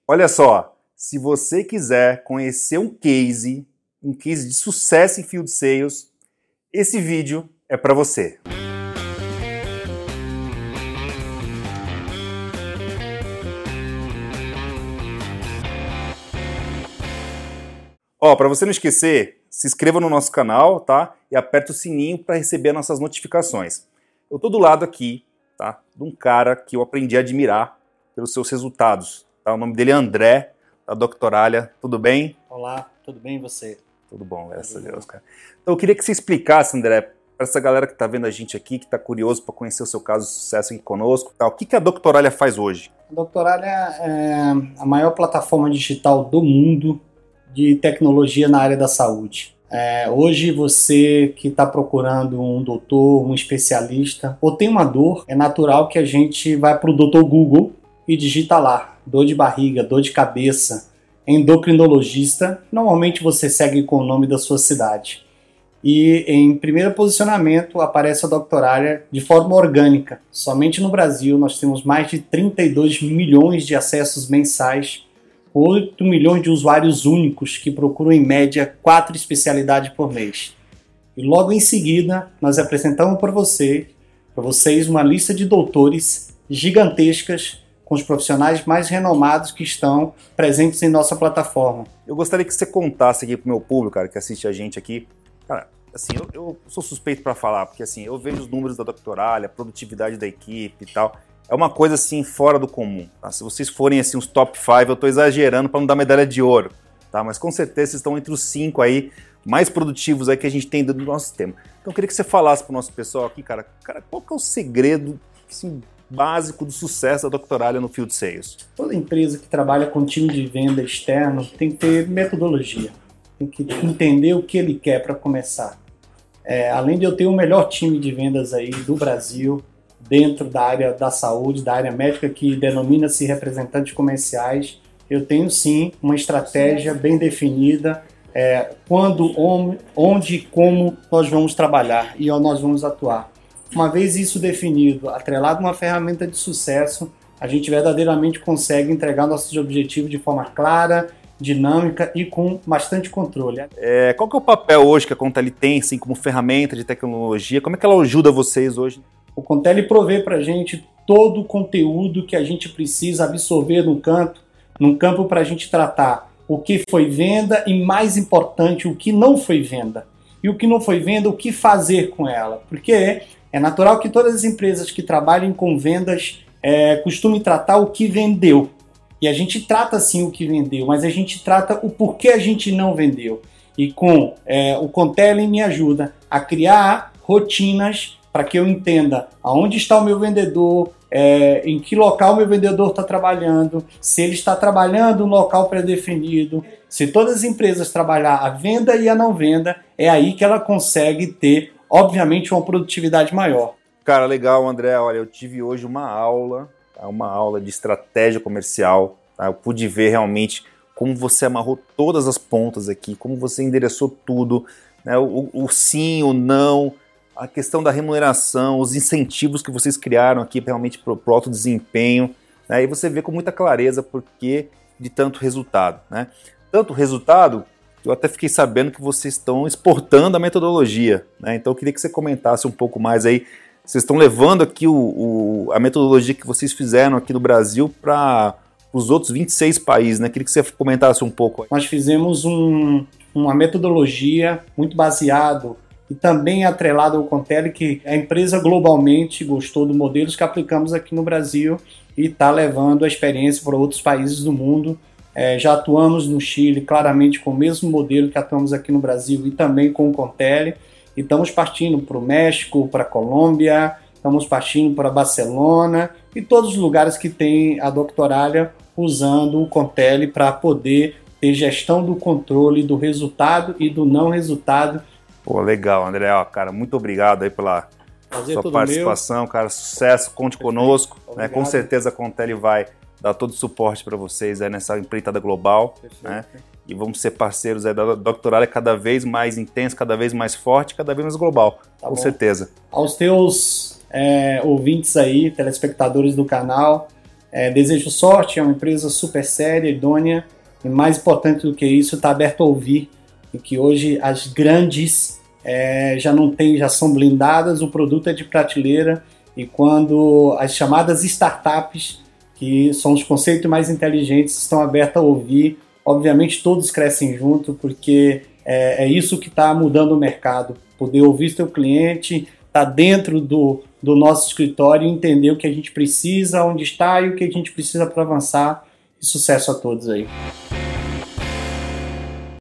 Olha só, se você quiser conhecer um case de sucesso em Field Sales, esse vídeo é para você. Ó, para você não esquecer, se inscreva no nosso canal, tá? E aperta o sininho para receber nossas notificações. Eu tô do lado aqui, tá? De um cara que eu aprendi a admirar pelos seus resultados. Tá? O nome dele é André, da Doctoralia. Tudo bem? Olá, tudo bem e você? Tudo bom, graças a Deus, cara. Então eu queria que você explicasse, André, para essa galera que tá vendo a gente aqui, que tá curioso para conhecer o seu caso de sucesso aqui conosco, tá? O que a Doctoralia faz hoje? A Doctoralia é a maior plataforma digital do mundo de tecnologia na área da saúde. Hoje você que está procurando um doutor, um especialista, ou tem uma dor, é natural que a gente vai para o Dr. Google e digita lá, dor de barriga, dor de cabeça, endocrinologista, normalmente você segue com o nome da sua cidade. E em primeiro posicionamento aparece a Doctoralia de forma orgânica. Somente no Brasil nós temos mais de 32 milhões de acessos mensais, 8 milhões de usuários únicos que procuram em média 4 especialidades por mês. E logo em seguida nós apresentamos para vocês uma lista de doutores gigantescas com os profissionais mais renomados que estão presentes em nossa plataforma. Eu gostaria que você contasse aqui pro meu público, cara, que assiste a gente aqui. Cara, assim, eu sou suspeito para falar, porque assim, eu vejo os números da Doctoralia, a produtividade da equipe e tal. É uma coisa assim fora do comum, tá? Se vocês forem assim os top 5, eu tô exagerando para não dar medalha de ouro, tá? Mas com certeza vocês estão entre os 5 aí mais produtivos aí que a gente tem dentro do nosso sistema. Então eu queria que você falasse pro nosso pessoal aqui, cara, qual que é o segredo assim, básico do sucesso da Doctoralia no Field Sales? Toda empresa que trabalha com time de venda externo tem que ter metodologia, tem que entender o que ele quer para começar. Além de eu ter o melhor time de vendas aí do Brasil, dentro da área da saúde, da área médica, que denomina-se representantes comerciais, eu tenho sim uma estratégia bem definida, quando, onde e como nós vamos trabalhar e onde nós vamos atuar. Uma vez isso definido, atrelado a uma ferramenta de sucesso, a gente verdadeiramente consegue entregar nossos objetivos de forma clara, dinâmica e com bastante controle. Qual que é o papel hoje que a Contele tem assim, como ferramenta de tecnologia? Como é que ela ajuda vocês hoje? O Contele provê para a gente todo o conteúdo que a gente precisa absorver num campo para a gente tratar o que foi venda e, mais importante, o que não foi venda. E o que não foi venda, o que fazer com ela. Porque é natural que todas as empresas que trabalhem com vendas costumem tratar o que vendeu. E a gente trata sim o que vendeu, mas a gente trata o porquê a gente não vendeu. E com o Contele me ajuda a criar rotinas para que eu entenda aonde está o meu vendedor, em que local o meu vendedor está trabalhando, se ele está trabalhando no local pré-definido, se todas as empresas trabalhar a venda e a não venda, é aí que ela consegue ter, obviamente, uma produtividade maior. Cara, legal, André. Olha, eu tive hoje uma aula de estratégia comercial. Tá? Eu pude ver realmente como você amarrou todas as pontas aqui, como você endereçou tudo, né? O sim, o não, a questão da remuneração, os incentivos que vocês criaram aqui realmente para o alto desempenho, né? E você vê com muita clareza por que de tanto resultado, né? Tanto resultado, eu até fiquei sabendo que vocês estão exportando a metodologia, né? Então eu queria que você comentasse um pouco mais aí. Vocês estão levando aqui a metodologia que vocês fizeram aqui no Brasil para os outros 26 países, né? Queria que você comentasse um pouco. Nós fizemos uma metodologia muito baseado e também atrelado ao Contele, que a empresa globalmente gostou dos modelos que aplicamos aqui no Brasil e está levando a experiência para outros países do mundo. Já atuamos no Chile claramente com o mesmo modelo que atuamos aqui no Brasil e também com o Contele. E estamos partindo para o México, para a Colômbia, estamos partindo para Barcelona e todos os lugares que tem a Doctoralia usando o Contele para poder ter gestão do controle do resultado e do não resultado. Pô, legal, André. Ó, cara, muito obrigado aí pela sua participação, meu. Cara, sucesso, conte conosco. Né? Com certeza a Contele vai dar todo o suporte para vocês aí nessa empreitada global. Né? E vamos ser parceiros aí da Doctoralia cada vez mais intenso, cada vez mais forte, cada vez mais global, com certeza. Aos teus ouvintes aí, telespectadores do canal, Desejo sorte, é uma empresa super séria, idônea, e mais importante do que isso, está aberto a ouvir, e que hoje as grandes já são blindadas, o produto é de prateleira, e quando as chamadas startups, que são os conceitos mais inteligentes, estão abertos a ouvir, obviamente todos crescem junto, porque é isso que está mudando o mercado, poder ouvir seu cliente, estar dentro do nosso escritório e entender o que a gente precisa, onde está e o que a gente precisa para avançar, e sucesso a todos aí.